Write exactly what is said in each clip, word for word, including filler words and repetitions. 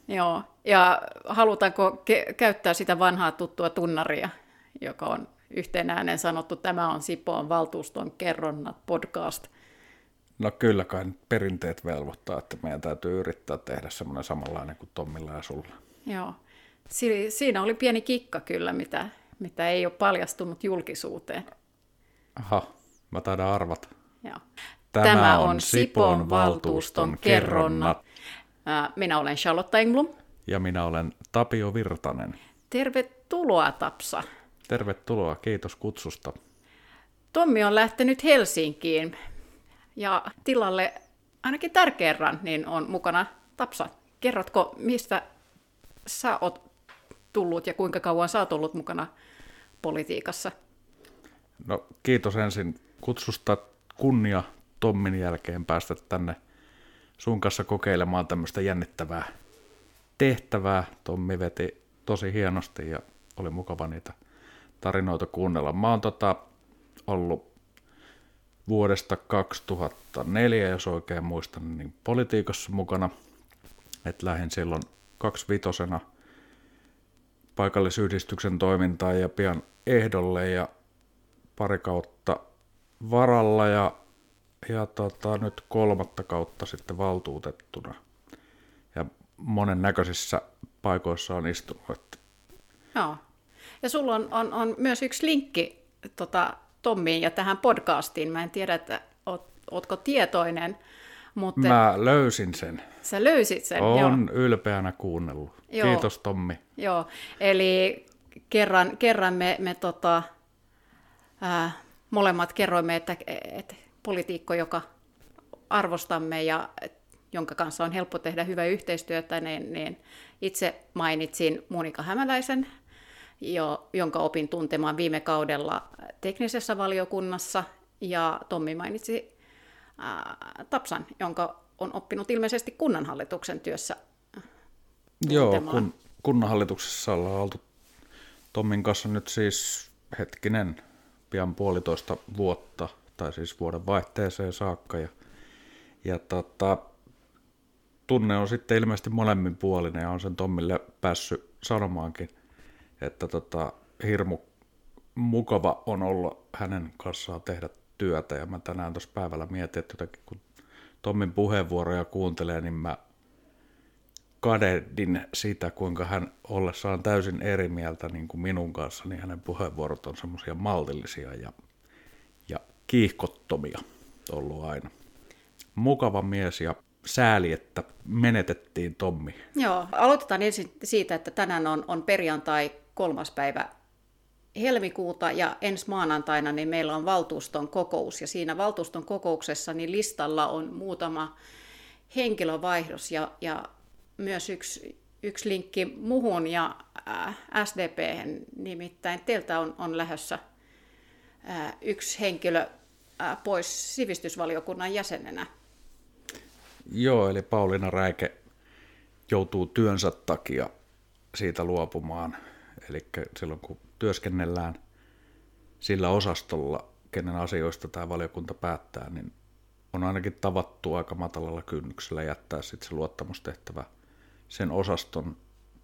Joo, ja halutaanko ke- käyttää sitä vanhaa tuttua tunnaria, joka on yhteen ääneen sanottu, tämä on Sipoon valtuuston kerronnat podcast. No kyllä kai perinteet velvoittaa, että meidän täytyy yrittää tehdä semmoinen samanlainen kuin Tommilla ja sulla. Joo, si- siinä oli pieni kikka kyllä, mitä, mitä ei ole paljastunut julkisuuteen. Aha, mä taidan arvata. Joo. Tämä, Tämä on on Sipoon valtuuston kerronnat. Minä olen Charlotte Engblom. Ja minä olen Tapio Virtanen. Tervetuloa, Tapsa. Tervetuloa, kiitos kutsusta. Tommi on lähtenyt Helsinkiin ja tilalle ainakin tärkeän niin on mukana Tapsa. Kerrotko, mistä sä oot tullut ja kuinka kauan sä oot ollut mukana politiikassa? No kiitos ensin kutsusta. Kunnia Tommin jälkeen päästä tänne sun kanssa kokeilemaan tämmöistä jännittävää tehtävää. Tommi veti tosi hienosti ja oli mukava niitä tarinoita kuunnella. Mä oon tota ollut vuodesta kaksituhattaneljä, jos oikein muistan, niin politiikassa mukana. Et lähdin silloin kaksivitosena paikallisyhdistyksen toimintaan ja pian ehdolle ja pari kautta varalla ja, ja tota, nyt kolmatta kautta sitten valtuutettuna. Ja monen näköisissä paikoissa on istunut. Joo. Ja sulla on, on, on myös yksi linkki tota, Tommiin ja tähän podcastiin. Mä en tiedä, että oot, ootko tietoinen, mutta Mä löysin sen. sä löysit sen. On Joo. ylpeänä kuunnellut. Joo. Kiitos Tommi. Joo, eli kerran, kerran me, me tota, ää, molemmat kerroimme, että, että poliitikko, joka arvostamme ja jonka kanssa on helppo tehdä hyvää yhteistyötä, niin, niin itse mainitsin Monika Hämäläisen, jo, jonka opin tuntemaan viime kaudella teknisessä valiokunnassa, ja Tommi mainitsi ää, Tapsan, jonka on oppinut ilmeisesti kunnanhallituksen työssä Joo, kun kunnanhallituksessa ollaan oltu Tommin kanssa nyt siis hetkinen pian puolitoista vuotta, tai siis vuoden vaihteeseen saakka, ja, ja tota, tunne on sitten ilmeisesti molemminpuolinen, ja on sen Tommille päässyt sanomaankin, että tota, hirmu mukava on olla hänen kanssaan tehdä työtä, ja mä tänään tuossa päivällä mietin, että jotenkin kun Tommin puheenvuoroja kuuntelee, niin mä kadehdin sitä, kuinka hän ollessaan täysin eri mieltä niin kuin minun kanssa, niin hänen puheenvuorot on semmoisia maltillisia ja, ja kiihkottomia ollut aina. Mukava mies ja sääli, että menetettiin Tommi. Joo, aloitetaan ensin siitä, että tänään on, on perjantai kolmas päivä helmikuuta ja ensi maanantaina niin meillä on valtuuston kokous ja siinä valtuuston kokouksessa niin listalla on muutama henkilövaihdos ja, ja myös yksi, yksi linkki muhun ja äh, S D P:hen, nimittäin teiltä on, on lähdössä äh, yksi henkilö äh, pois sivistysvaliokunnan jäsenenä. Joo, eli Pauliina Räike joutuu työnsä takia siitä luopumaan. Eli silloin kun työskennellään sillä osastolla, kenen asioista tämä valiokunta päättää, niin on ainakin tavattu aika matalalla kynnyksellä jättää sitten se luottamustehtävä sen osaston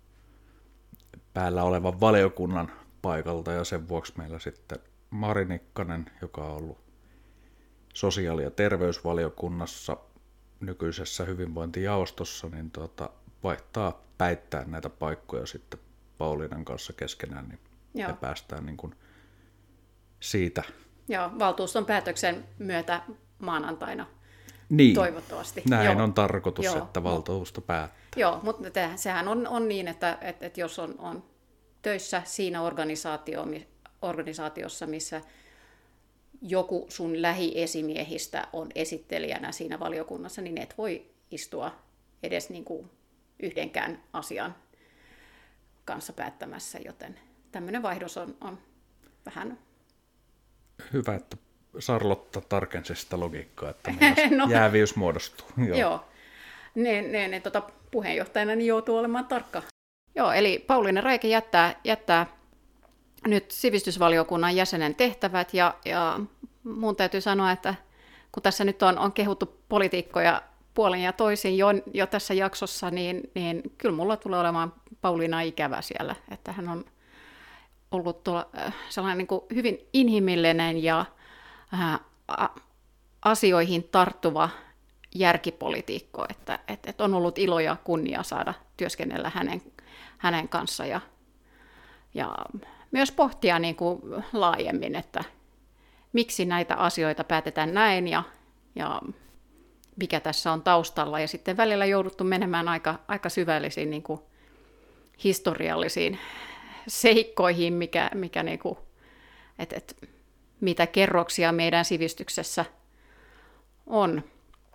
päällä olevan valiokunnan paikalta, ja sen vuoksi meillä sitten Mari Nikkanen, joka on ollut sosiaali- ja terveysvaliokunnassa nykyisessä hyvinvointijaostossa, niin tuota, vaihtaa päittää näitä paikkoja sitten Pauliinan kanssa keskenään, niin Joo. me päästään niin kuin siitä. Joo, valtuuston päätöksen myötä maanantaina Niin, toivottavasti. näin Joo. on tarkoitus, Joo. että valtuusto päättää. Joo, mutta tämähän- sehän on, on niin, että, että, että jos on, on töissä siinä organisaatio, organisaatiossa, missä joku sun lähiesimiehistä on esittelijänä siinä valiokunnassa, niin et voi istua edes niin kuin yhdenkään asian kanssa päättämässä, joten tämmöinen vaihdos on, on vähän... Hyvä, että Sarlotta tarkensi sitä logiikkaa, että meillä No. jääviys muodostuu. Joo. Joo, ne, ne, ne tota, puheenjohtajana niin joutuu olemaan tarkka. Joo, eli Pauliina Räike jättää, jättää nyt sivistysvaliokunnan jäsenen tehtävät, ja, ja mun täytyy sanoa, että kun tässä nyt on, on kehuttu politiikkoja puolen ja toisin jo, jo tässä jaksossa, niin, niin kyllä mulla tulee olemaan Pauliina ikävä siellä, että hän on ollut tuolla, äh, sellainen niin kuin hyvin inhimillinen ja äh, asioihin tarttuva järkipolitiikko, että, että, että on ollut ilo ja kunnia saada työskennellä hänen, hänen kanssa ja, ja myös pohtia niin kuin laajemmin, että miksi näitä asioita päätetään näin ja, ja mikä tässä on taustalla. Ja sitten välillä jouduttu menemään aika, aika syvällisiin niin kuin historiallisiin seikkoihin, mikä, mikä niin kuin, et, et, mitä kerroksia meidän sivistyksessä on.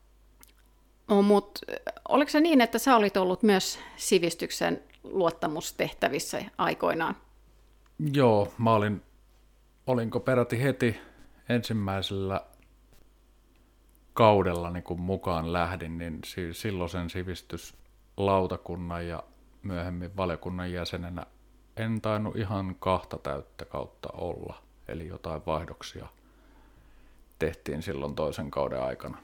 on mut, oliko se niin, että sä olit ollut myös sivistyksen luottamustehtävissä aikoinaan? Joo, mä olin, olinko peräti heti ensimmäisellä kaudella, niin kun mukaan lähdin, niin silloisen sivistyslautakunnan ja myöhemmin valiokunnan jäsenenä en tainnut ihan kahta täyttä kautta olla, eli jotain vaihdoksia tehtiin silloin toisen kauden aikana.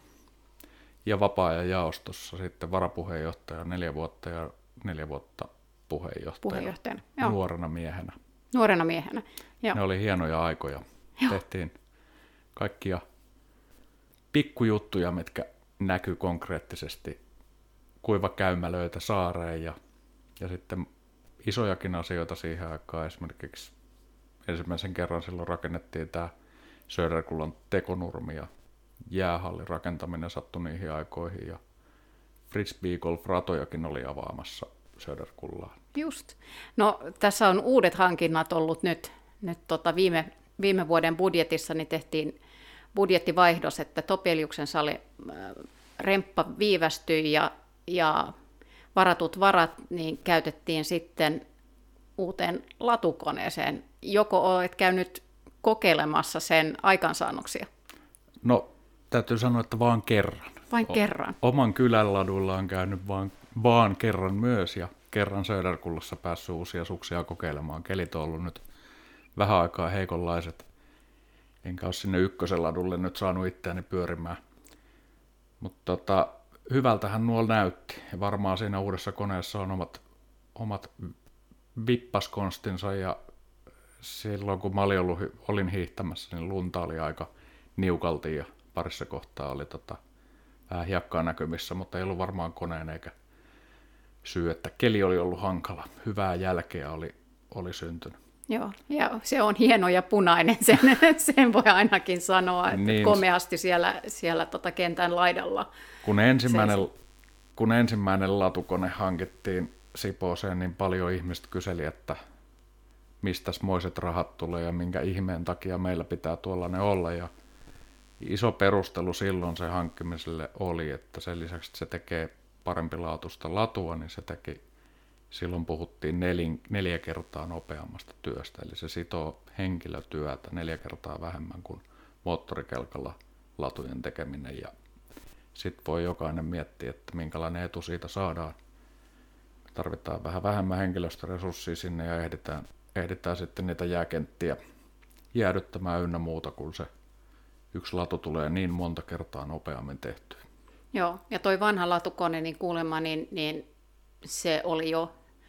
Ja vapaa-ajan jaostossa sitten varapuheenjohtaja neljä vuotta ja neljä vuotta puheenjohtaja puheenjohtajana joo. nuorena miehenä. Nuorena miehenä, joo. Ne oli hienoja aikoja. Joo. Tehtiin kaikkia pikkujuttuja, mitkä näkyy konkreettisesti, kuivakäymälöitä saareen ja, ja sitten isojakin asioita siihen aikaan. Esimerkiksi ensimmäisen kerran silloin rakennettiin tämä Söderkullan tekonurmi ja jäähallin rakentaminen sattui niihin aikoihin ja frisbeegolf-ratojakin oli avaamassa Söderkullaan. Just. No tässä on uudet hankinnat ollut nyt, nyt tota viime, viime vuoden budjetissa, niin tehtiin budjettivaihdos, että Topeliuksen sali äh, remppa viivästyi ja, ja varatut varat niin käytettiin sitten uuteen latukoneeseen. Joko olet käynyt kokeilemassa sen aikansaannoksia? No täytyy sanoa, että vaan kerran. Vain kerran? O- oman kylän ladulla on käynyt vaan, vaan kerran myös ja kerran Söderkullassa päässyt uusia suksia kokeilemaan. Kelit on ollut nyt vähän aikaa heikonlaiset. Enkä ole sinne ykkösen ladulle nyt saanut itseäni pyörimään. Mutta tota, hyvältähän nuo näytti. Ja varmaan siinä uudessa koneessa on omat, omat vippaskonstinsa. Ja silloin kun mä olin, ollut, olin hiihtämässä, niin lunta oli aika niukalti ja parissa kohtaa oli tota, vähän hiekkaa näkymissä, mutta ei ollut varmaan koneen eikä syy, että keli oli ollut hankala. Hyvää jälkeä oli, oli syntynyt. Joo, ja se on hieno ja punainen, sen, sen voi ainakin sanoa, että niin, komeasti siellä, siellä tota kentän laidalla. Kun ensimmäinen, se, kun ensimmäinen latukone hankittiin Sipooseen, niin paljon ihmiset kyseli, että mistäs moiset rahat tulee ja minkä ihmeen takia meillä pitää tuollainen olla. Ja iso perustelu silloin se hankkimiselle oli, että sen lisäksi että se tekee parempilaatuista latua, niin se teki, silloin puhuttiin nelin, neljä kertaa nopeammasta työstä, eli se sitoo henkilötyötä neljä kertaa vähemmän kuin moottorikelkalla latujen tekeminen, ja sitten voi jokainen miettiä, että minkälainen etu siitä saadaan. Tarvitaan vähän vähemmän henkilöstöresurssia sinne ja ehditään, ehditään sitten niitä jääkenttiä jäädyttämään ynnä muuta, kun se yksi latu tulee niin monta kertaa nopeammin tehtyä. Joo, ja toi vanha latukone, niin kuulemma, niin, niin se oli jo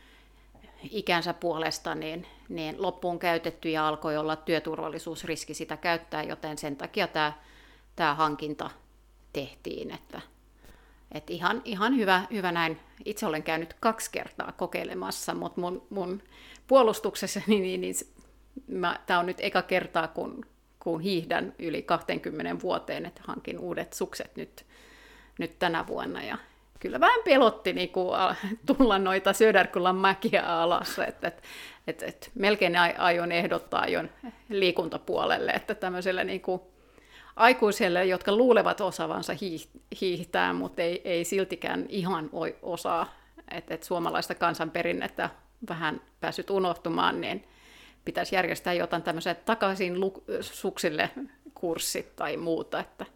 ikänsä puolesta niin, niin loppuun käytetty ja alkoi olla työturvallisuusriski sitä käyttää, joten sen takia tämä, tämä hankinta tehtiin. Että, että ihan, ihan hyvä, hyvä näin. Itse olen käynyt kaksi kertaa kokeilemassa, mutta mun, mun puolustuksessani niin, niin mä, tämä on nyt eka kertaa, kun, kun hiihdän yli kaksikymmentä vuoteen, että hankin uudet sukset nyt, nyt tänä vuonna. Ja kyllä vähän pelotti niin kuin, tulla noita Söderkullan mäkiä alas, että et, et, et, melkein aion ehdottaa jo liikuntapuolelle, että tämmöiselle niin kuin aikuiselle, jotka luulevat osaavansa hiihtää, mutta ei, ei siltikään ihan osaa, että et suomalaista kansanperinnettä vähän päässyt unohtumaan, niin pitäisi järjestää jotain tämmöisiä takaisin suksille kurssit tai muuta. Että.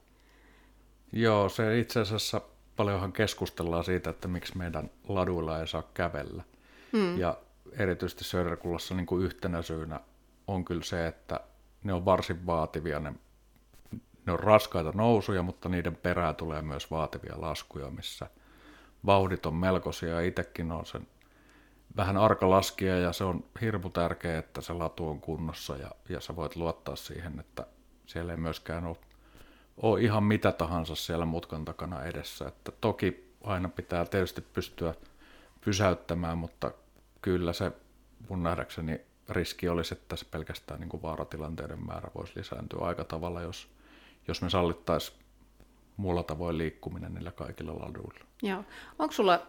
Joo, se itse asiassa paljonhan keskustellaan siitä, että miksi meidän laduilla ei saa kävellä. Mm. Ja erityisesti Söderkullassa niin kuin yhtenä syynä on kyllä se, että ne on varsin vaativia ne, ne on raskaita nousuja, mutta niiden perään tulee myös vaativia laskuja, missä vauhdit on melkoisia. Itsekin on sen vähän arka laskija ja se on hirmu tärkeää, että se latu on kunnossa ja, ja sä voit luottaa siihen, että siellä ei myöskään ole, ole ihan mitä tahansa siellä mutkan takana edessä. Että toki aina pitää tietysti pystyä pysäyttämään, mutta kyllä se mun nähdäkseni riski olisi, että se pelkästään niin kuin vaaratilanteiden määrä voisi lisääntyä aika tavalla, jos, jos me sallittaisiin muulla tavoin liikkuminen niillä kaikilla laduilla. Joo. Onko sulla,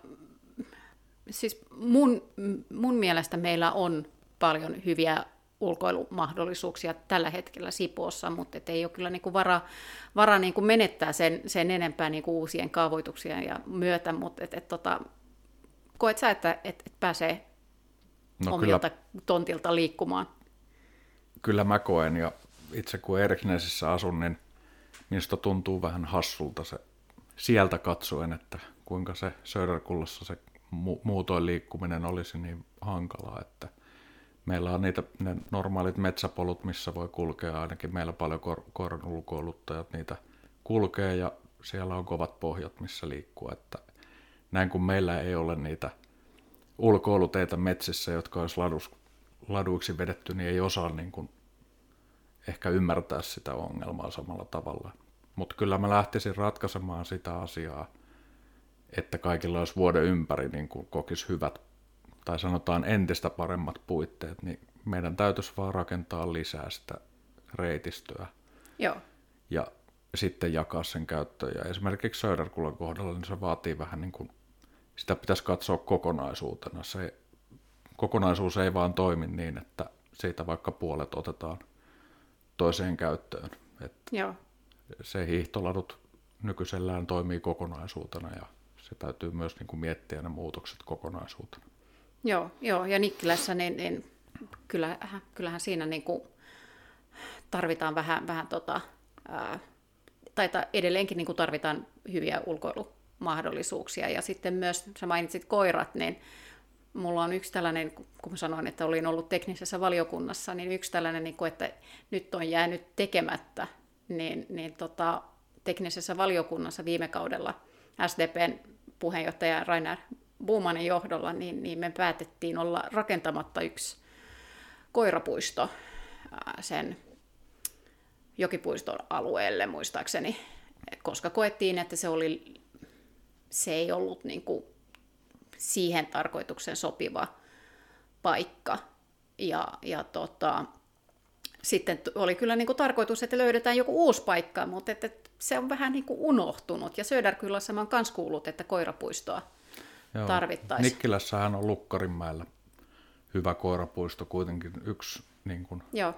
siis mun, mun mielestä meillä on paljon hyviä ulkoilumahdollisuuksia tällä hetkellä Sipoossa, mutta et ei ole kyllä niinku vara, vara niinku menettää sen, sen enempää niinku uusien kaavoituksien ja myötä, mutta et, et, tota, koet sä, että et, et pääsee no omilta kyllä, tontilta liikkumaan? Kyllä mä koen, ja itse kun Erknesissä asun, niin minusta tuntuu vähän hassulta se sieltä katsoen, että kuinka se Söderkullassa se mu- muutoin liikkuminen olisi niin hankalaa, että meillä on niitä ne normaalit metsäpolut, missä voi kulkea, ainakin meillä paljon kor- koiran ulkoiluttajat niitä kulkee, ja siellä on kovat pohjat, missä liikkuu, että näin kun meillä ei ole niitä ulkoiluteitä metsissä, jotka olisi ladus, laduiksi vedetty, niin ei osaa niin kuin ehkä ymmärtää sitä ongelmaa samalla tavalla. Mutta kyllä mä lähtisin ratkaisemaan sitä asiaa, että kaikilla olisi vuoden ympäri niin kuin kokisi hyvät, tai sanotaan entistä paremmat puitteet, niin meidän täytyisi vaan rakentaa lisää sitä reitistöä. Joo. Ja sitten jakaa sen käyttöön. Ja esimerkiksi Söderkullan kohdalla niin se vaatii vähän niin kuin, sitä pitäisi katsoa kokonaisuutena. Se kokonaisuus ei vaan toimi niin, että siitä vaikka puolet otetaan toiseen käyttöön. Että Joo. Se hiihtoladut nykyisellään toimii kokonaisuutena ja se täytyy myös niin kuin miettiä ne muutokset kokonaisuutena. Joo, joo. Ja Nikkilässä niin, niin kyllähän, kyllähän siinä niin kuin tarvitaan vähän, vähän tota, ää, tai edelleenkin niin kuin tarvitaan hyviä ulkoilumahdollisuuksia. Ja sitten myös, sä mainitsit koirat, niin mulla on yksi tällainen, kun mä sanoin, että olin ollut teknisessä valiokunnassa, niin yksi tällainen, niin kuin, että nyt on jäänyt tekemättä, niin, niin tota, teknisessä valiokunnassa viime kaudella S D P:n puheenjohtaja Rainer Bomanin johdolla, niin, niin me päätettiin olla rakentamatta yksi koirapuisto sen jokipuiston alueelle muistaakseni, koska koettiin, että se, oli, se ei ollut niin kuin siihen tarkoituksen sopiva paikka. Ja, ja tota, sitten oli kyllä niin kuin tarkoitus, että löydetään joku uusi paikka, mutta että se on vähän niin kuin unohtunut. Ja Söderkylässä mä oon myös kuullut, että koirapuistoa Joo. tarvittaisiin. Nikkilässähän on Lukkarinmäellä hyvä koirapuisto, kuitenkin yksi niin kuin Joo.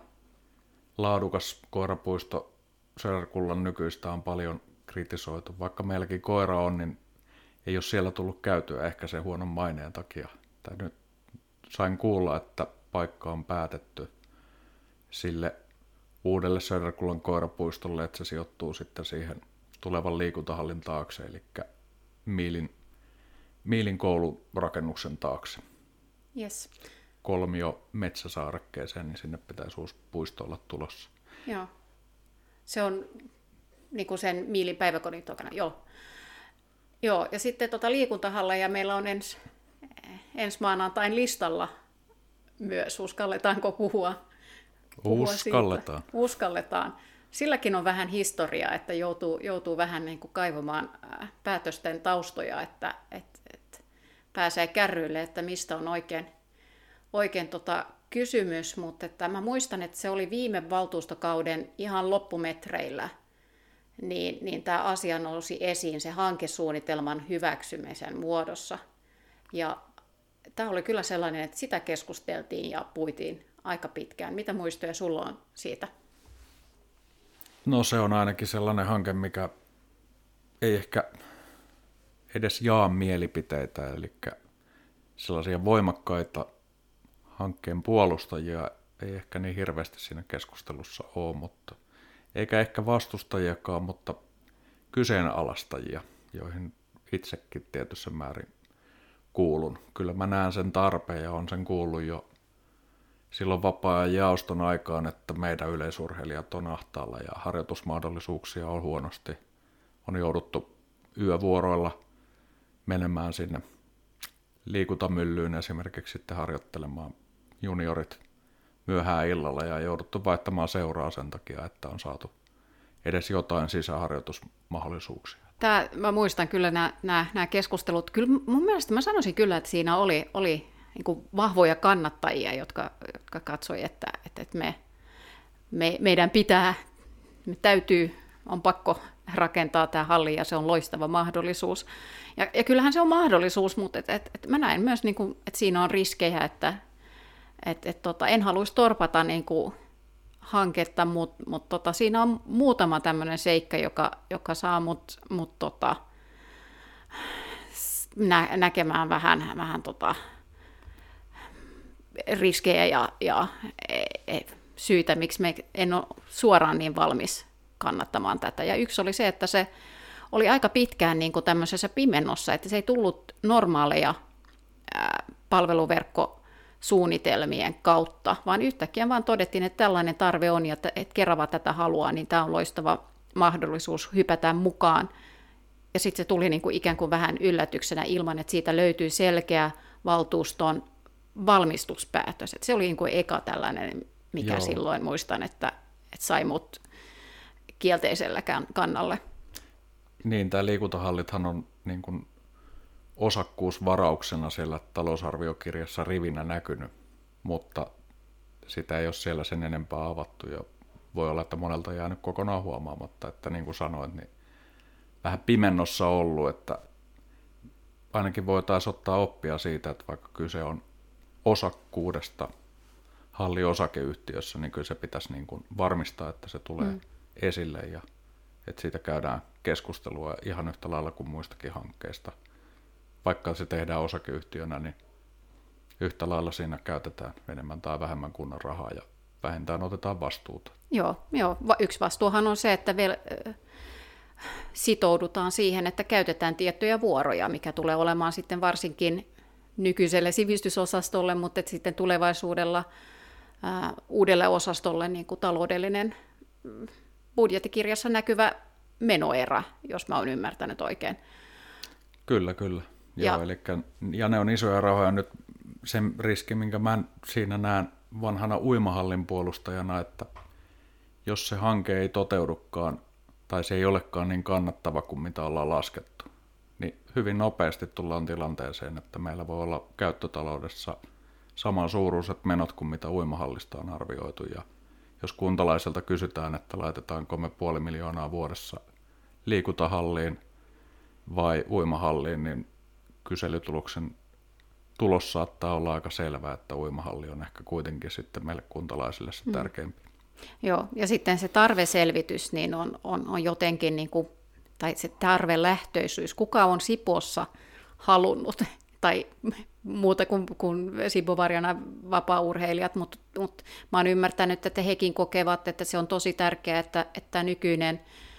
laadukas koirapuisto. Söderkullan nykyistä on paljon kritisoitu. Vaikka meilläkin koira on, niin ei ole siellä tullut käytyä ehkä sen huonon maineen takia. Tai nyt sain kuulla, että paikka on päätetty sille uudelle Söderkullan koirapuistolle, että se sijoittuu sitten siihen tulevan liikuntahallin taakse, eli Miilin, Miilin koulurakennuksen taakse. Yes. Kolmio metsäsaarekkeeseen, niin sinne pitäisi uusi puisto olla tulossa. Joo. Se on niin kuin sen Miilin päiväkodin takana, joo. Joo, ja sitten tota liikuntahalla, ja meillä on ens, ensi maanantain listalla myös, uskalletaanko puhua? puhua Uskalletaan. Siitä? Uskalletaan. Silläkin on vähän historiaa, että joutuu, joutuu vähän niin kuin kaivamaan päätösten taustoja, että et, et pääsee kärryille, että mistä on oikein, oikein tota kysymys, mutta että mä muistan, että se oli viime valtuustokauden ihan loppumetreillä, niin, niin tämä asia nousi esiin se hankesuunnitelman hyväksymisen muodossa. Ja tämä oli kyllä sellainen, että sitä keskusteltiin ja puitiin aika pitkään. Mitä muistoja sulla on siitä? No se on ainakin sellainen hanke, mikä ei ehkä edes jaa mielipiteitä, eli sellaisia voimakkaita hankkeen puolustajia ei ehkä niin hirveästi siinä keskustelussa ole, mutta eikä ehkä vastustajiakaan, mutta kyseenalaistajia, joihin itsekin tietyssä määrin kuulun. Kyllä mä näen sen tarpeen ja on sen kuullut jo silloin vapaa-ajan jaoston aikaan, että meidän yleisurheilijat on ahtaalla ja harjoitusmahdollisuuksia on huonosti. On jouduttu yövuoroilla menemään sinne liikuntamyllyyn esimerkiksi sitten harjoittelemaan juniorit myöhään illalla ja jouduttu vaihtamaan seuraa sen takia, että on saatu edes jotain sisäharjoitusmahdollisuuksia. Tämä, mä muistan kyllä nämä, nämä, nämä keskustelut. Kyllä mun mielestä mä sanoisin kyllä, että siinä oli, oli niin kuin vahvoja kannattajia, jotka, jotka katsoi, että, että, että me, me, meidän pitää, me täytyy, on pakko rakentaa tämä halli ja se on loistava mahdollisuus. Ja, ja kyllähän se on mahdollisuus, mutta et, et, et mä näen myös, niin kuin, että siinä on riskejä, että et, et, tota, en haluaisi torpata niin kuin hanketta, mutta mut, tota, siinä on muutama tämmöinen seikka, joka, joka saa mut, mut tota, nä, näkemään vähän, vähän tota, riskejä ja, ja e, e, syitä, miksi me en ole suoraan niin valmis kannattamaan tätä. Ja yksi oli se, että se oli aika pitkään niin kuin tämmöisessä pimennossa, että se ei tullut normaaleja ää, palveluverkkosuunnitelmien kautta, vaan yhtäkkiä vaan todettiin, että tällainen tarve on ja että, että Kerava tätä haluaa, niin tämä on loistava mahdollisuus hypätä mukaan. Ja sitten se tuli niin kuin ikään kuin vähän yllätyksenä ilman, että siitä löytyi selkeä valtuuston valmistuspäätös. Et se oli niin kuin eka tällainen, mikä Joo. silloin muistan, että, että sai mut kielteisellä kannalle. Niin, tämä liikuntahallithan on niin kuin osakkuusvarauksena siellä talousarviokirjassa rivinä näkynyt, mutta sitä ei ole siellä sen enempää avattu ja voi olla, että monelta jäänyt kokonaan huomaamatta, että niin kuin sanoit, niin vähän pimennossa ollut, että ainakin voitaisiin ottaa oppia siitä, että vaikka kyse on osakkuudesta halliosakeyhtiössä, niin kyllä se pitäisi niin kuin varmistaa, että se tulee mm. esille ja että siitä käydään keskustelua ihan yhtä lailla kuin muistakin hankkeista. Vaikka se tehdään osakeyhtiönä, niin yhtä lailla siinä käytetään enemmän tai vähemmän kunnan rahaa ja vähintään otetaan vastuuta. Joo, joo. Yksi vastuuhan on se, että vielä sitoudutaan siihen, että käytetään tiettyjä vuoroja, mikä tulee olemaan sitten varsinkin nykyiselle sivistysosastolle, mutta sitten tulevaisuudella ää, uudelle osastolle niin kuin taloudellinen budjettikirjassa näkyvä menoerä, jos mä oon ymmärtänyt oikein. Kyllä, kyllä. Joo, ja, elikkä, ja ne on isoja rahoja nyt. Sen riski, minkä mä siinä näen vanhana uimahallin puolustajana, että jos se hanke ei toteudukaan tai se ei olekaan niin kannattava kuin mitä ollaan laskettu, niin hyvin nopeasti tullaan tilanteeseen, että meillä voi olla käyttötaloudessa saman suuruiset menot kuin mitä uimahallista on arvioitu. Ja jos kuntalaiselta kysytään, että laitetaanko me puoli miljoonaa vuodessa liikuntahalliin vai uimahalliin, niin kyselytuloksen tulos saattaa olla aika selvää, että uimahalli on ehkä kuitenkin sitten meille kuntalaisille se tärkeämpi. Mm. Joo, ja sitten se tarveselvitys niin on, on, on jotenkin, niin kuin, tai se tarvelähtöisyys, kuka on Sipoossa halunnut, tai muuta kuin, kuin Sipovarjana vapaa-urheilijat, mutta, mutta mä oon ymmärtänyt, että hekin kokevat, että se on tosi tärkeää, että, että nykyinen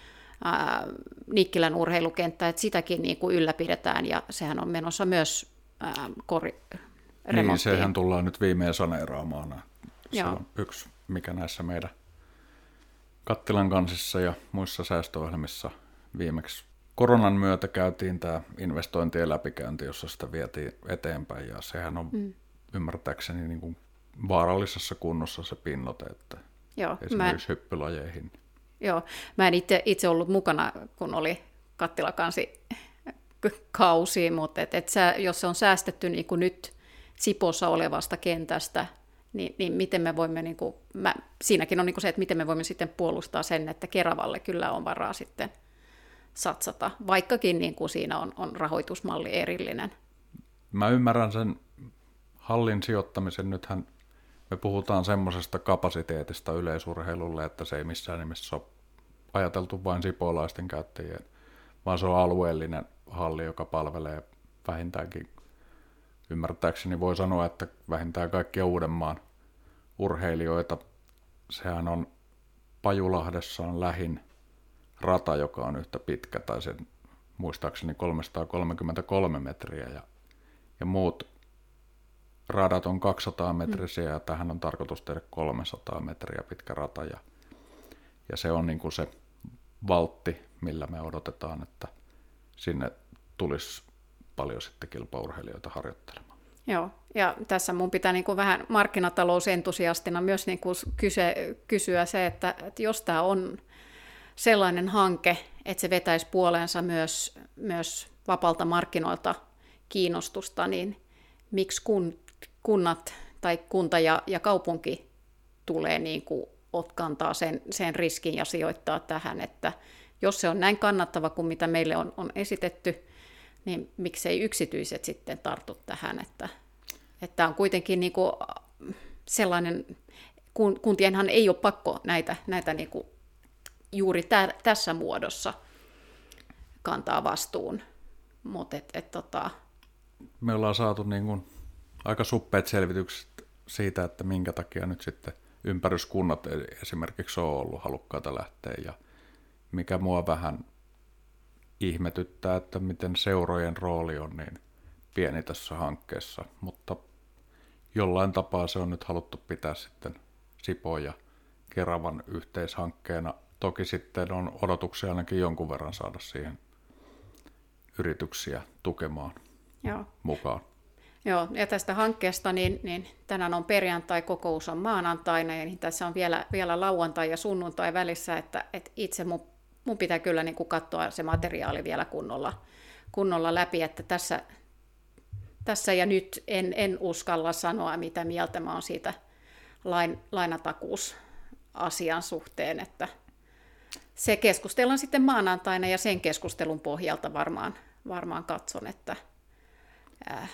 ää, Nikkilän urheilukenttä, että sitäkin niin kuin ylläpidetään, ja sehän on menossa myös ää, kori, remonttiin. Niin, sehän tullaan nyt viimein saneeraamaan. Se Joo. on yksi, mikä näissä meidän kattilan kansissa ja muissa säästöohjelmissa viimeksi koronan myötä käytiin tämä investointien läpikäynti, jossa sitä vietiin eteenpäin, ja sehän on mm. ymmärtääkseni niin kuin vaarallisessa kunnossa se pinnoite, että Joo, esimerkiksi mä... hyppylajeihin. Joo, mä en itse, itse ollut mukana, kun oli kattilakansi kausi, mutta et, et sä, jos se on säästetty niin kuin nyt Sipoossa olevasta kentästä, niin, niin miten me voimme, niin kuin, mä, siinäkin on niin kuin se, että miten me voimme sitten puolustaa sen, että Keravalle kyllä on varaa sitten satsata, vaikkakin niin kuin siinä on, on rahoitusmalli erillinen. Mä ymmärrän sen hallin sijoittamisen. Nythän me puhutaan semmoisesta kapasiteetista yleisurheilulle, että se ei missään nimessä ole ajateltu vain sipoolaisten käyttäjien, vaan se on alueellinen halli, joka palvelee vähintäänkin, ymmärtääkseni voi sanoa, että vähintään kaikkia Uudenmaan urheilijoita. Sehän on Pajulahdessa on lähin rata, joka on yhtä pitkä, tai sen muistaakseni kolmesataakolmekymmentäkolme metriä, ja, ja muut radat on kaksisataa metrisiä ja tähän on tarkoitus tehdä kolmesataa metriä pitkä rata. Ja, ja se on niin kuin se valtti, millä me odotetaan, että sinne tulisi paljon sitten kilpaurheilijoita harjoittelemaan. Joo, ja tässä mun pitää niin kuin vähän markkinatalousentusiastina myös niin kuin kyse, kysyä se, että, että jos tämä on sellainen hanke, että se vetäisi puoleensa myös, myös vapaalta markkinoilta kiinnostusta, niin miksi kun, kunnat tai kunta ja, ja kaupunki tulee niin kuin otkantaa sen, sen riskin ja sijoittaa tähän, että jos se on näin kannattava kuin mitä meille on, on esitetty, niin miksei yksityiset sitten tartu tähän, että, että on kuitenkin niin kuin sellainen, kuntienhan ei ole pakko näitä, näitä niin kuin juuri tä, tässä muodossa kantaa vastuun, mutta et, et, tota... Me ollaan saatu niin kuin aika suppeat selvitykset siitä, että minkä takia nyt sitten ympäryskunnat esimerkiksi on ollut halukkaita lähteä, ja mikä mua vähän ihmetyttää, että miten seurojen rooli on niin pieni tässä hankkeessa, mutta jollain tapaa se on nyt haluttu pitää sitten Sipoon ja Keravan yhteishankkeena. Toki sitten on odotuksia ainakin jonkun verran saada siihen yrityksiä tukemaan Joo. mukaan. Joo, ja tästä hankkeesta, niin, niin tänään on perjantai, kokous on maanantaina, ja niin tässä on vielä, vielä lauantai ja sunnuntai välissä, että, että itse mun, mun pitää kyllä niin kuin katsoa se materiaali vielä kunnolla, kunnolla läpi, että tässä, tässä ja nyt en, en uskalla sanoa, mitä mieltä mä oon siitä lain, lainatakuusasian suhteen, että se keskustellaan sitten maanantaina, ja sen keskustelun pohjalta varmaan, varmaan katson, että äh,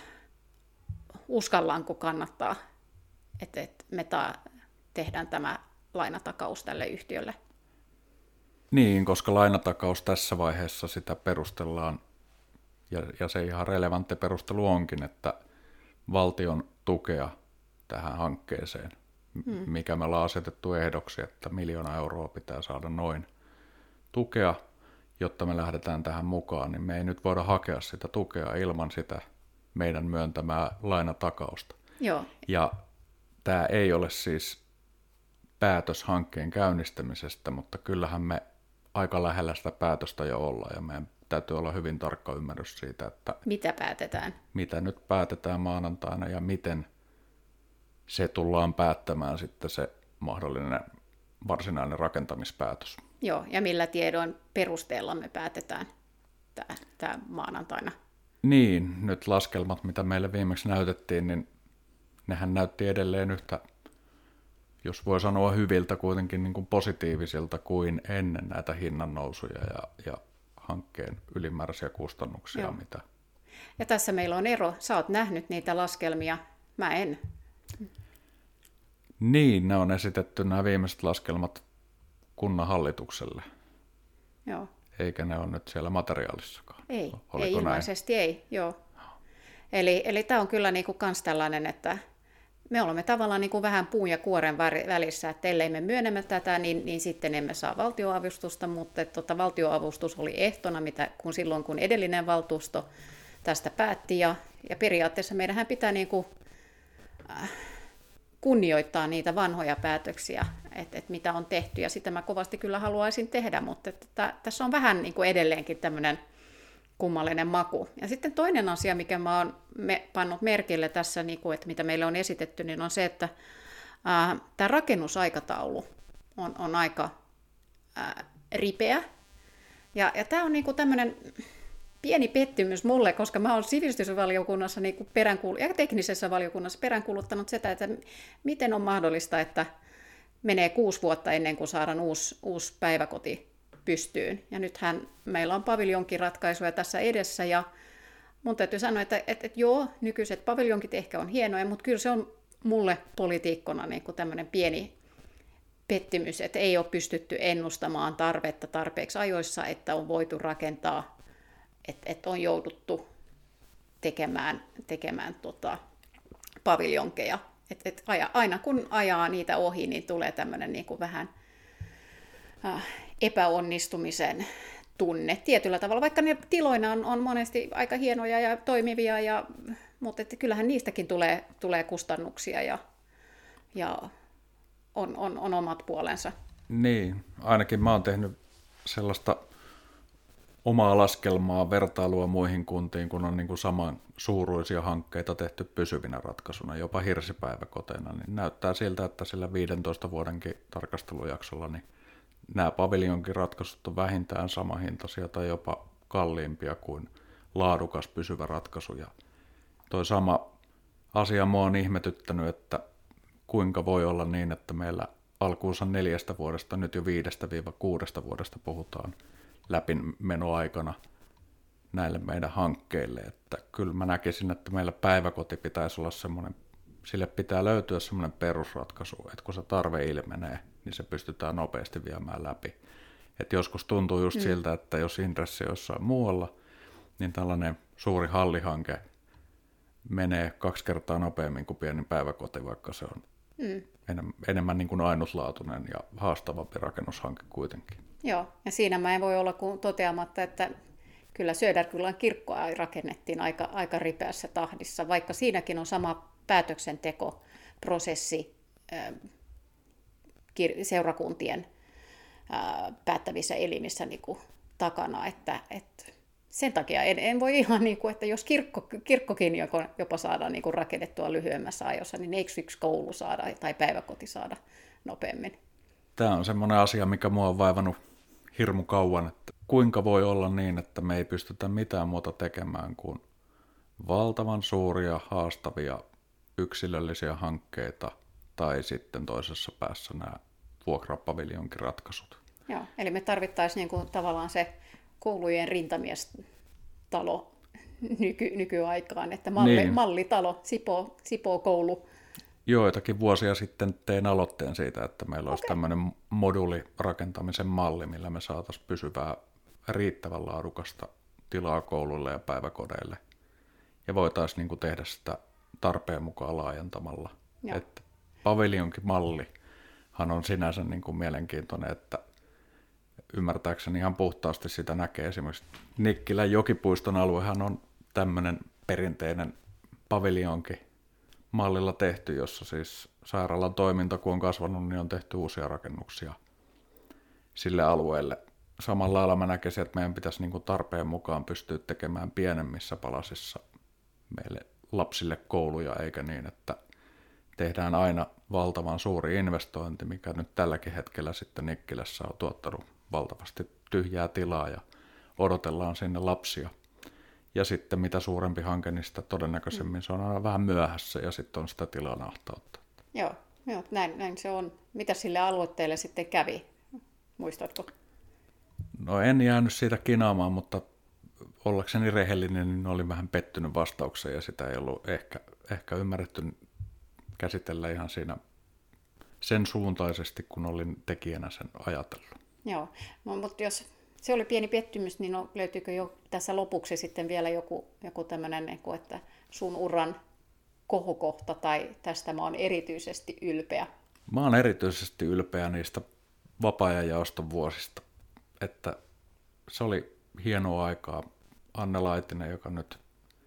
uskallaanko kannattaa, että, että me ta- tehdään tämä lainatakaus tälle yhtiölle. Niin, koska lainatakaus tässä vaiheessa sitä perustellaan, ja, ja se ihan relevantti perustelu onkin, että valtion tukea tähän hankkeeseen, hmm. mikä me ollaan asetettu ehdoksi, että miljoona euroa pitää saada noin tukea, jotta me lähdetään tähän mukaan, niin me ei nyt voida hakea sitä tukea ilman sitä meidän myöntämää lainatakausta. Joo. Ja tämä ei ole siis päätös hankkeen käynnistämisestä, mutta kyllähän me aika lähellä sitä päätöstä jo ollaan, ja meidän täytyy olla hyvin tarkka ymmärrys siitä, että mitä päätetään. Mitä nyt päätetään maanantaina ja miten se tullaan päättämään sitten se mahdollinen varsinainen rakentamispäätös. Joo, ja millä tiedon perusteella me päätetään tämä maanantaina. Niin, nyt laskelmat, mitä meille viimeksi näytettiin, niin nehän näytti edelleen yhtä, jos voi sanoa hyviltä, kuitenkin niin kuin positiivisilta kuin ennen näitä hinnannousuja ja, ja hankkeen ylimääräisiä kustannuksia. Joo. Mitä. Ja tässä meillä on ero. Sä oot nähnyt niitä laskelmia, mä en. Niin, ne on esitetty nämä viimeiset laskelmat kunnanhallitukselle. Joo. Eikä ne ole nyt siellä materiaalissakaan. Ei, Oliko ei ilmaisesti näin? Ei, joo. Eli, eli tämä on kyllä niinku kans tällainen, että me olemme tavallaan niinku vähän puun ja kuoren välissä, että ellei me myönnämme tätä, niin, niin sitten emme saa valtioavustusta, mutta tota, valtioavustus oli ehtona, mitä, kun silloin kun edellinen valtuusto tästä päätti, ja, ja periaatteessa meidänhän pitää niinku, äh, kunnioittaa niitä vanhoja päätöksiä, että et mitä on tehty, ja sitä mä kovasti kyllä haluaisin tehdä, mutta että tässä on vähän niin kuin edelleenkin tämmöinen kummallinen maku. Ja sitten toinen asia, mikä mä oon me, pannut merkille tässä, niin kuin, että mitä meille on esitetty, niin on se, että ää, tämä rakennusaikataulu on, on aika ää, ripeä, ja, ja tämä on niin kuin tämmöinen pieni pettymys mulle, koska mä oon sivistysvaliokunnassa niin kuin peräänkuul- ja teknisessä valiokunnassa peräänkuuluttanut sitä, että miten on mahdollista, että menee kuusi vuotta ennen kuin saadaan uusi, uusi päiväkoti pystyyn. Ja nythän meillä on paviljonkiratkaisuja tässä edessä, ja mun täytyy sanoa, että, että, että joo, nykyiset paviljonkit ehkä on hienoja, mutta kyllä se on mulle poliitikkona niin kuin tämmöinen pieni pettymys, että ei ole pystytty ennustamaan tarvetta tarpeeksi ajoissa, että on voitu rakentaa, että, että on jouduttu tekemään, tekemään tota, paviljonkeja. Et, et aina kun ajaa niitä ohi, niin tulee tämmöinen niin kuin vähän äh, epäonnistumisen tunne tietyllä tavalla, vaikka ne tiloina on, on monesti aika hienoja ja toimivia ja mutta että kyllähän niistäkin tulee, tulee kustannuksia ja, ja on, on, on omat puolensa. Niin, ainakin mä oon tehnyt sellaista omaa laskelmaa, vertailua muihin kuntiin, kun on niin kuin saman suuruisia hankkeita tehty pysyvinä ratkaisuna, jopa hirsipäiväkoteina, niin näyttää siltä, että sillä viidentoista vuodenkin tarkastelujaksolla niin nämä paviljonkin ratkaisut on vähintään samahintaisia tai jopa kalliimpia kuin laadukas pysyvä ratkaisu. Ja toi sama asia mua on ihmetyttänyt, että kuinka voi olla niin, että meillä alkuunsa neljästä vuodesta, nyt jo viidestä viiva kuudesta vuodesta puhutaan läpimenoaikana näille meidän hankkeille. Että kyllä mä näkisin, että meillä päiväkoti pitäisi olla semmoinen, sille pitää löytyä semmoinen perusratkaisu, että kun se tarve ilmenee, niin se pystytään nopeasti viemään läpi. Et joskus tuntuu just mm. siltä, että jos intressi on jossain muualla, niin tällainen suuri hallihanke menee kaksi kertaa nopeammin kuin pieni päiväkoti, vaikka se on mm. enemmän, enemmän niin kuin ainutlaatuinen ja haastavampi rakennushanke kuitenkin. Joo, ja siinä mä en voi olla kuin toteamatta, että kyllä Söderkylän kirkkoa rakennettiin aika, aika ripeässä tahdissa, vaikka siinäkin on sama päätöksentekoprosessi äh, kir- seurakuntien äh, päättävissä elimissä niin kuin takana, että, että sen takia en, en voi ihan, niin kuin, että jos kirkko, kirkkokin jopa saadaan niin kuin rakennettua lyhyemmässä ajossa, niin eikö yksi koulu saada tai päiväkoti saada nopeammin? Tämä on semmoinen asia, mikä mua on vaivannut hirmu kauan, että kuinka voi olla niin, että me ei pystytä mitään muuta tekemään kuin valtavan suuria, haastavia, yksilöllisiä hankkeita tai sitten toisessa päässä nämä vuokrapaviljonkin ratkaisut. Joo, eli me tarvittaisiin niin kuin tavallaan se koulujen rintamiestalo nyky, nykyaikaan, että malli, niin. mallitalo, Sipoo, Sipoo koulu. Joitakin vuosia sitten tein aloitteen siitä, että meillä olisi okay. tämmöinen moduulirakentamisen malli, millä me saataisiin pysyvää riittävän laadukasta tilaa kouluille ja päiväkodeille. Ja voitaisiin niin kuin tehdä sitä tarpeen mukaan laajentamalla. Että paviljonkin mallihan on sinänsä niin kuin mielenkiintoinen, että ymmärtääkseni ihan puhtaasti sitä näkee. Esimerkiksi Nikkilän jokipuiston aluehan on tämmöinen perinteinen paviljonki mallilla tehty, jossa siis sairaalan toiminta, kun on kasvanut, niin on tehty uusia rakennuksia sille alueelle. Samalla lailla mä näkisin, että meidän pitäisi niin kuin tarpeen mukaan pystyä tekemään pienemmissä palasissa meille lapsille kouluja, eikä niin, että tehdään aina valtavan suuri investointi, mikä nyt tälläkin hetkellä sitten Nikkilässä on tuottanut valtavasti tyhjää tilaa ja odotellaan sinne lapsia. Ja sitten mitä suurempi hanke, niin sitä todennäköisemmin se on aina vähän myöhässä ja sitten on sitä tilan ahtautta. Joo, joo näin, näin se on. Mitä sille aloitteelle sitten kävi? Muistatko? No en jäänyt siitä kinaamaan, mutta ollakseni rehellinen, niin olin vähän pettynyt vastaukseen ja sitä ei ollut ehkä, ehkä ymmärretty käsitellä ihan siinä sen suuntaisesti, kun olin tekijänä sen ajatellut. Joo, no, mutta jos se oli pieni pettymys, niin no, löytyykö jo tässä lopuksi sitten vielä joku, joku tämmöinen, että sun uran kohokohta tai tästä mä oon erityisesti ylpeä? Mä oon erityisesti ylpeä niistä vapaa-ajan jaoston vuosista, että se oli hienoa aikaa. Anne Laitinen, joka nyt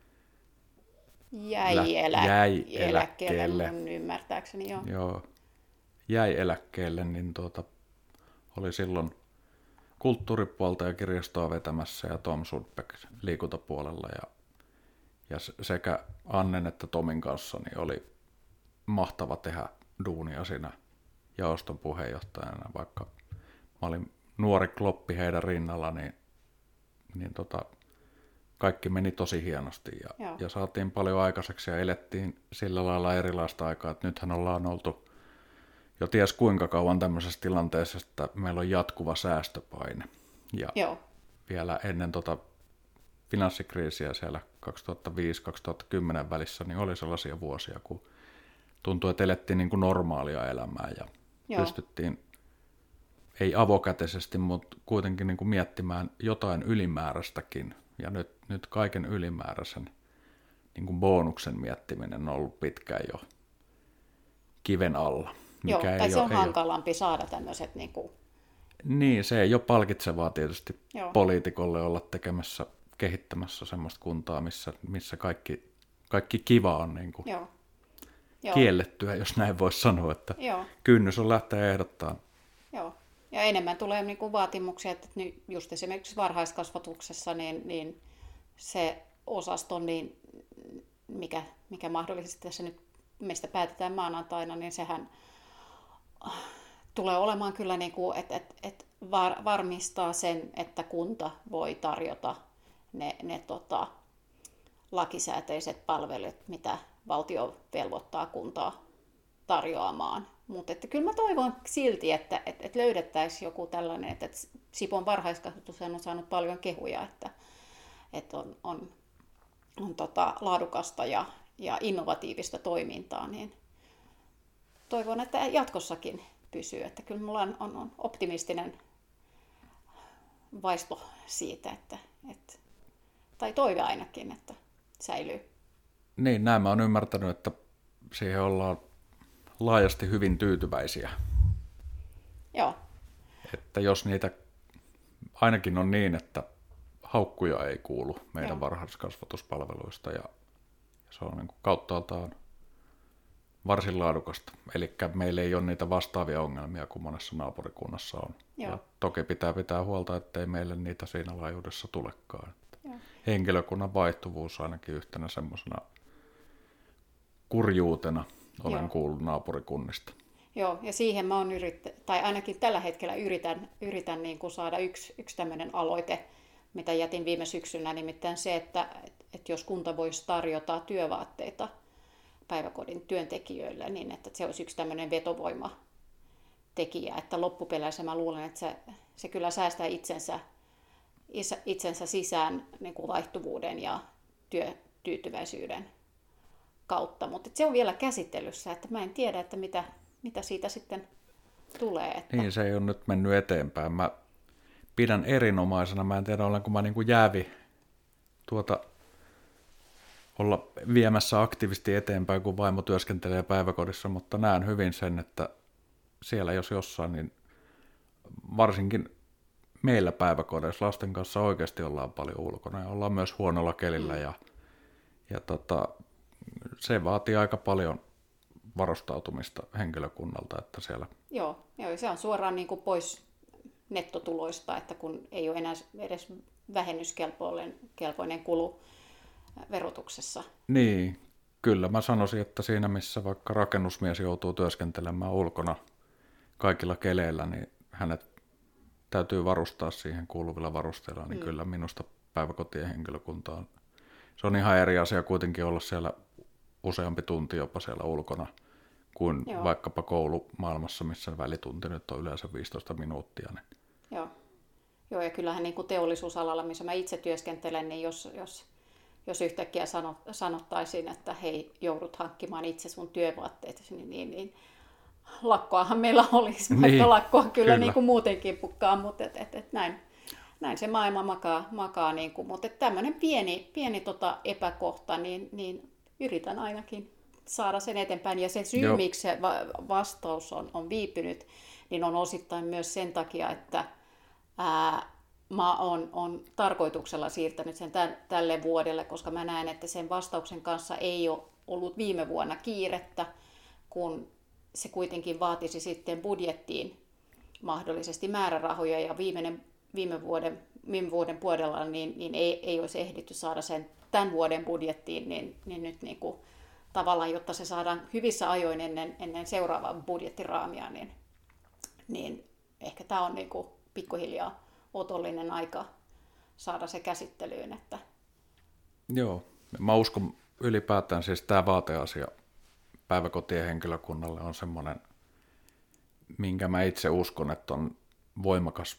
jäi, lä- elä- jäi eläkkeelle, eläkkeelle. Mun ymmärtääkseni, joo. Joo, jäi eläkkeelle, niin tuota, oli silloin kulttuuripuolta ja kirjastoa vetämässä ja Tom Sundbeck liikuntapuolella. Ja, ja sekä Annen että Tomin kanssa niin oli mahtava tehdä duunia siinä jaoston puheenjohtajana, vaikka mä olin nuori kloppi heidän rinnalla, niin, niin tota, kaikki meni tosi hienosti ja, ja saatiin paljon aikaiseksi ja elettiin sillä lailla erilaista aikaa, että nythän ollaan oltu jo ties kuinka kauan tämmöisessä tilanteessa, että meillä on jatkuva säästöpaine. Ja Joo. vielä ennen tota finanssikriisiä siellä kaksituhattaviisi kaksituhattakymmenen välissä, niin oli sellaisia vuosia, kun tuntui, että elettiin niin kuin normaalia elämää ja Joo. pystyttiin, ei avokätisesti, mutta kuitenkin niin kuin miettimään jotain ylimääräistäkin. Ja nyt, nyt kaiken ylimääräisen niin kuin bonuksen miettiminen on ollut pitkään jo kiven alla. Mikä Joo, tai se on ole, hankalampi ole. saada tämmöiset... Niin, kuin... niin, se ei ole palkitsevaa tietysti Joo. poliitikolle olla tekemässä, kehittämässä semmoista kuntaa, missä, missä kaikki, kaikki kiva on niin kuin Joo. Joo. kiellettyä, jos näin voisi sanoa, että Joo. kynnys on lähteä ehdottaa. Joo. Ja enemmän tulee niin kuin vaatimuksia, että nyt just esimerkiksi varhaiskasvatuksessa niin, niin se osasto, niin mikä, mikä mahdollisesti tässä nyt meistä päätetään maanantaina, niin sehän tulee olemaan kyllä, niin kuin, että, että, että var, varmistaa sen, että kunta voi tarjota ne, ne tota, lakisääteiset palvelut, mitä valtio velvoittaa kuntaa tarjoamaan. Mutta kyllä mä toivon silti, että, että, että löydettäisiin joku tällainen, että, että Sipon varhaiskasvatus on saanut paljon kehuja, että, että on, on, on tota, laadukasta ja, ja innovatiivista toimintaa, niin toivon, että jatkossakin pysyy. Että kyllä mulla on, on, on optimistinen vaisto siitä, että, että, tai toive ainakin, että säilyy. Niin, näin mä oon ymmärtänyt, että siihen ollaan laajasti hyvin tyytyväisiä. Joo. Että jos niitä ainakin on niin, että haukkuja ei kuulu meidän Joo. varhaiskasvatuspalveluista ja se on niin kuin kauttaaltaan varsin laadukasta. Eli meillä ei ole niitä vastaavia ongelmia kuin monessa naapurikunnassa on. Ja toki pitää pitää huolta, ettei meille niitä siinä laajuudessa tulekaan. Joo. Henkilökunnan vaihtuvuus ainakin yhtenä semmoisena kurjuutena olen Joo. kuullut naapurikunnista. Joo, ja siihen mä oon yrittänyt, tai ainakin tällä hetkellä yritän, yritän niin kuin saada yksi, yksi tämmöinen aloite, mitä jätin viime syksynä, nimittäin se, että, että jos kunta voisi tarjota työvaatteita päiväkodin työntekijöille, niin että se olisi yksi tämmöinen vetovoimatekijä, että loppupeleissä mä luulen, että se, se kyllä säästää itsensä, itsensä sisään niin kuin vaihtuvuuden ja työtyytyväisyyden kautta, mutta se on vielä käsittelyssä, että mä en tiedä, että mitä, mitä siitä sitten tulee. Että... Niin, se ei ole nyt mennyt eteenpäin. Mä pidän erinomaisena, mä en tiedä olenko mä niin kuin jäävi tuota, olla viemässä aktiivisesti eteenpäin, kun vaimo työskentelee päiväkodissa, mutta näen hyvin sen, että siellä jos jossain, niin varsinkin meillä päiväkodeissa lasten kanssa oikeasti ollaan paljon ulkona ja ollaan myös huonolla kelillä mm. ja, ja tota, se vaatii aika paljon varustautumista henkilökunnalta, että siellä... Joo, joo se on suoraan niin kuin pois nettotuloista, että kun ei ole enää edes vähennyskelpoinen kulu verotuksessa. Niin, kyllä mä sanoisin, että siinä missä vaikka rakennusmies joutuu työskentelemään ulkona kaikilla keleillä, niin hänet täytyy varustaa siihen kuuluvilla varusteilla, niin mm. kyllä minusta päiväkotien henkilökunta on... Se on ihan eri asia kuitenkin olla siellä useampi tunti jopa siellä ulkona kuin Joo. vaikkapa koulumaailmassa, missä välitunti nyt on yleensä viisitoista minuuttia. Niin. Joo. Joo, ja kyllähän niin kuin teollisuusalalla, missä mä itse työskentelen, niin jos, jos, jos yhtäkkiä sanot, sanottaisiin, että hei, joudut hankkimaan itse sun työvaatteet, niin, niin, niin lakkoahan meillä olisi, niin, vaikka lakkoa kyllä, kyllä. Niin kuin muutenkin pukkaa, mutta et, et, et näin. Näin se maailma makaa, makaa niin kuin, mutta tämmöinen pieni, pieni tota epäkohta, niin, niin yritän ainakin saada sen eteenpäin. Ja se syy, Joo. miksi se vastaus on, on viipynyt, niin on osittain myös sen takia, että ää, mä oon on tarkoituksella siirtänyt sen tämän, tälle vuodelle, koska mä näen, että sen vastauksen kanssa ei ole ollut viime vuonna kiirettä, kun se kuitenkin vaatisi sitten budjettiin mahdollisesti määrärahoja ja viimeinen Viime vuoden, viime vuoden puolella niin, niin ei, ei olisi ehditty saada sen tämän vuoden budjettiin, niin, niin nyt niin kuin, tavallaan, jotta se saadaan hyvissä ajoin ennen, ennen seuraavaa budjettiraamia, niin, niin ehkä tämä on niin kuin pikkuhiljaa otollinen aika saada se käsittelyyn. Että... Joo, mä uskon ylipäätään siis tämä vaateasia päiväkotien henkilökunnalle on semmoinen, minkä mä itse uskon, että on voimakas.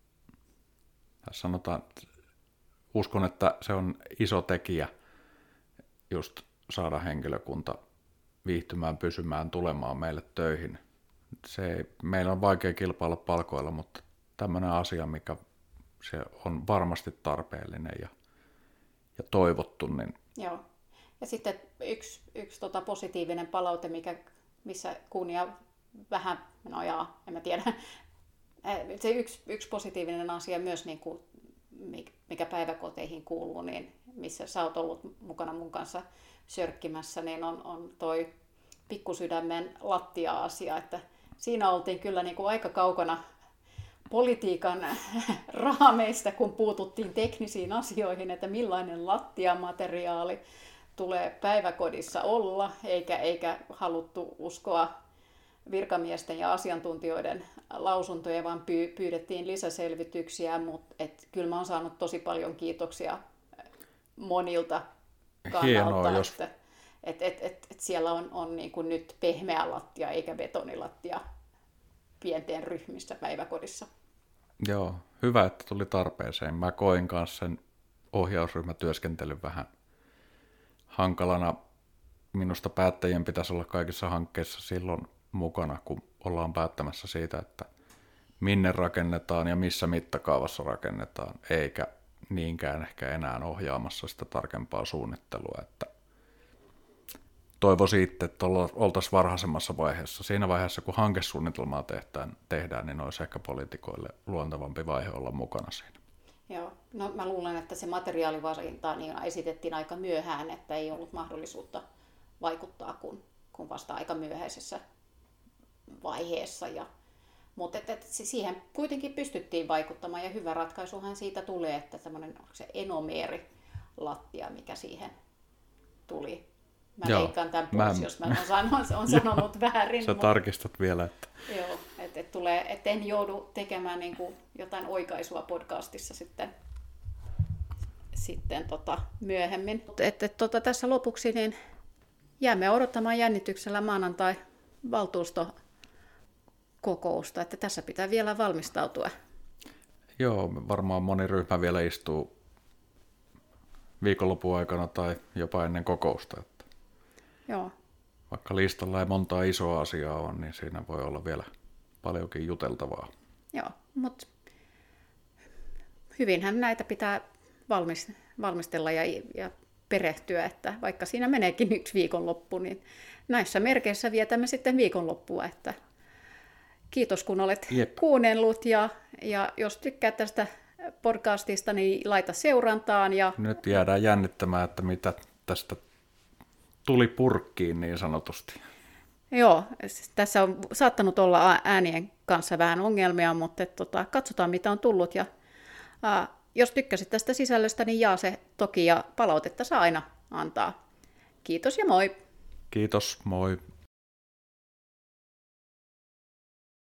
Sanotaan, uskon, että se on iso tekijä just saada henkilökunta viihtymään, pysymään, tulemaan meille töihin. Se, meillä on vaikea kilpailla palkoilla, mutta tämmöinen asia, mikä se on varmasti tarpeellinen ja, ja toivottu. Niin... Joo. Ja sitten yksi, yksi tota positiivinen palaute, mikä, missä kunnia vähän, no jaa, en mä tiedä, se yksi, yksi positiivinen asia myös, niin kuin, mikä päiväkoteihin kuuluu, niin, missä sä oot ollut mukana mun kanssa sörkkimässä, niin on, on toi pikkusydämen lattia-asia, että siinä oltiin kyllä niin kuin aika kaukana politiikan raameista, kun puututtiin teknisiin asioihin, että millainen lattiamateriaali tulee päiväkodissa olla, eikä, eikä haluttu uskoa virkamiesten ja asiantuntijoiden lausuntoja, vaan pyydettiin lisäselvityksiä, mutta et, kyllä mä oon saanut tosi paljon kiitoksia monilta kannalta, Hienoa, jos... että et, et, et, et siellä on, on niin kuin nyt pehmeä lattia eikä betonilattia pienten ryhmissä päiväkodissa. Joo, hyvä, että tuli tarpeeseen. Mä koin kanssa sen ohjausryhmätyöskentelyn vähän hankalana. Minusta päättäjien pitäisi olla kaikissa hankkeissa silloin mukana, kun ollaan päättämässä siitä, että minne rakennetaan ja missä mittakaavassa rakennetaan, eikä niinkään ehkä enää ohjaamassa sitä tarkempaa suunnittelua. Että toivoisin itse, että oltaisiin varhaisemmassa vaiheessa. Siinä vaiheessa, kun hankesuunnitelmaa tehdään, tehdään, niin olisi ehkä poliitikoille luontevampi vaihe olla mukana siinä. Joo, no mä luulen, että se materiaalivalinta niin esitettiin aika myöhään, että ei ollut mahdollisuutta vaikuttaa kuin, kuin vasta aika myöhäisessä vaiheessa. Ja, mutta et, et, siihen kuitenkin pystyttiin vaikuttamaan ja hyvä ratkaisuhan siitä tulee, että tämmöinen se enomeerilattia, mikä siihen tuli. Mä Joo, leikkaan tämän pois, mä... jos mä olen sanonut, on sanonut väärin. Sä mutta... tarkistat vielä. Että... Joo, että et tulee, et en joudu tekemään niin kuin jotain oikaisua podcastissa sitten, sitten tota myöhemmin. Et, et, tota, tässä lopuksi niin jäämme odottamaan jännityksellä maanantai valtuustokokousta, että tässä pitää vielä valmistautua. Joo, varmaan moni ryhmä vielä istuu viikonlopun aikana tai jopa ennen kokousta. Että Joo. Vaikka listalla ei montaa isoa asiaa ole, niin siinä voi olla vielä paljonkin juteltavaa. Joo, mutta hyvinhän näitä pitää valmistella ja, ja perehtyä, että vaikka siinä meneekin yksi viikonloppu, niin näissä merkeissä vietämme sitten viikonloppua. Että kiitos kun olet Jep. kuunnellut ja, ja jos tykkäät tästä podcastista, niin laita seurantaan. Ja... Nyt jäädään jännittämään, että mitä tästä tuli purkkiin niin sanotusti. Joo, tässä on saattanut olla äänien kanssa vähän ongelmia, mutta et, tota, katsotaan mitä on tullut. Ja, ää, jos tykkäsit tästä sisällöstä, niin jaa se toki ja palautetta saa aina antaa. Kiitos ja moi! Kiitos, moi!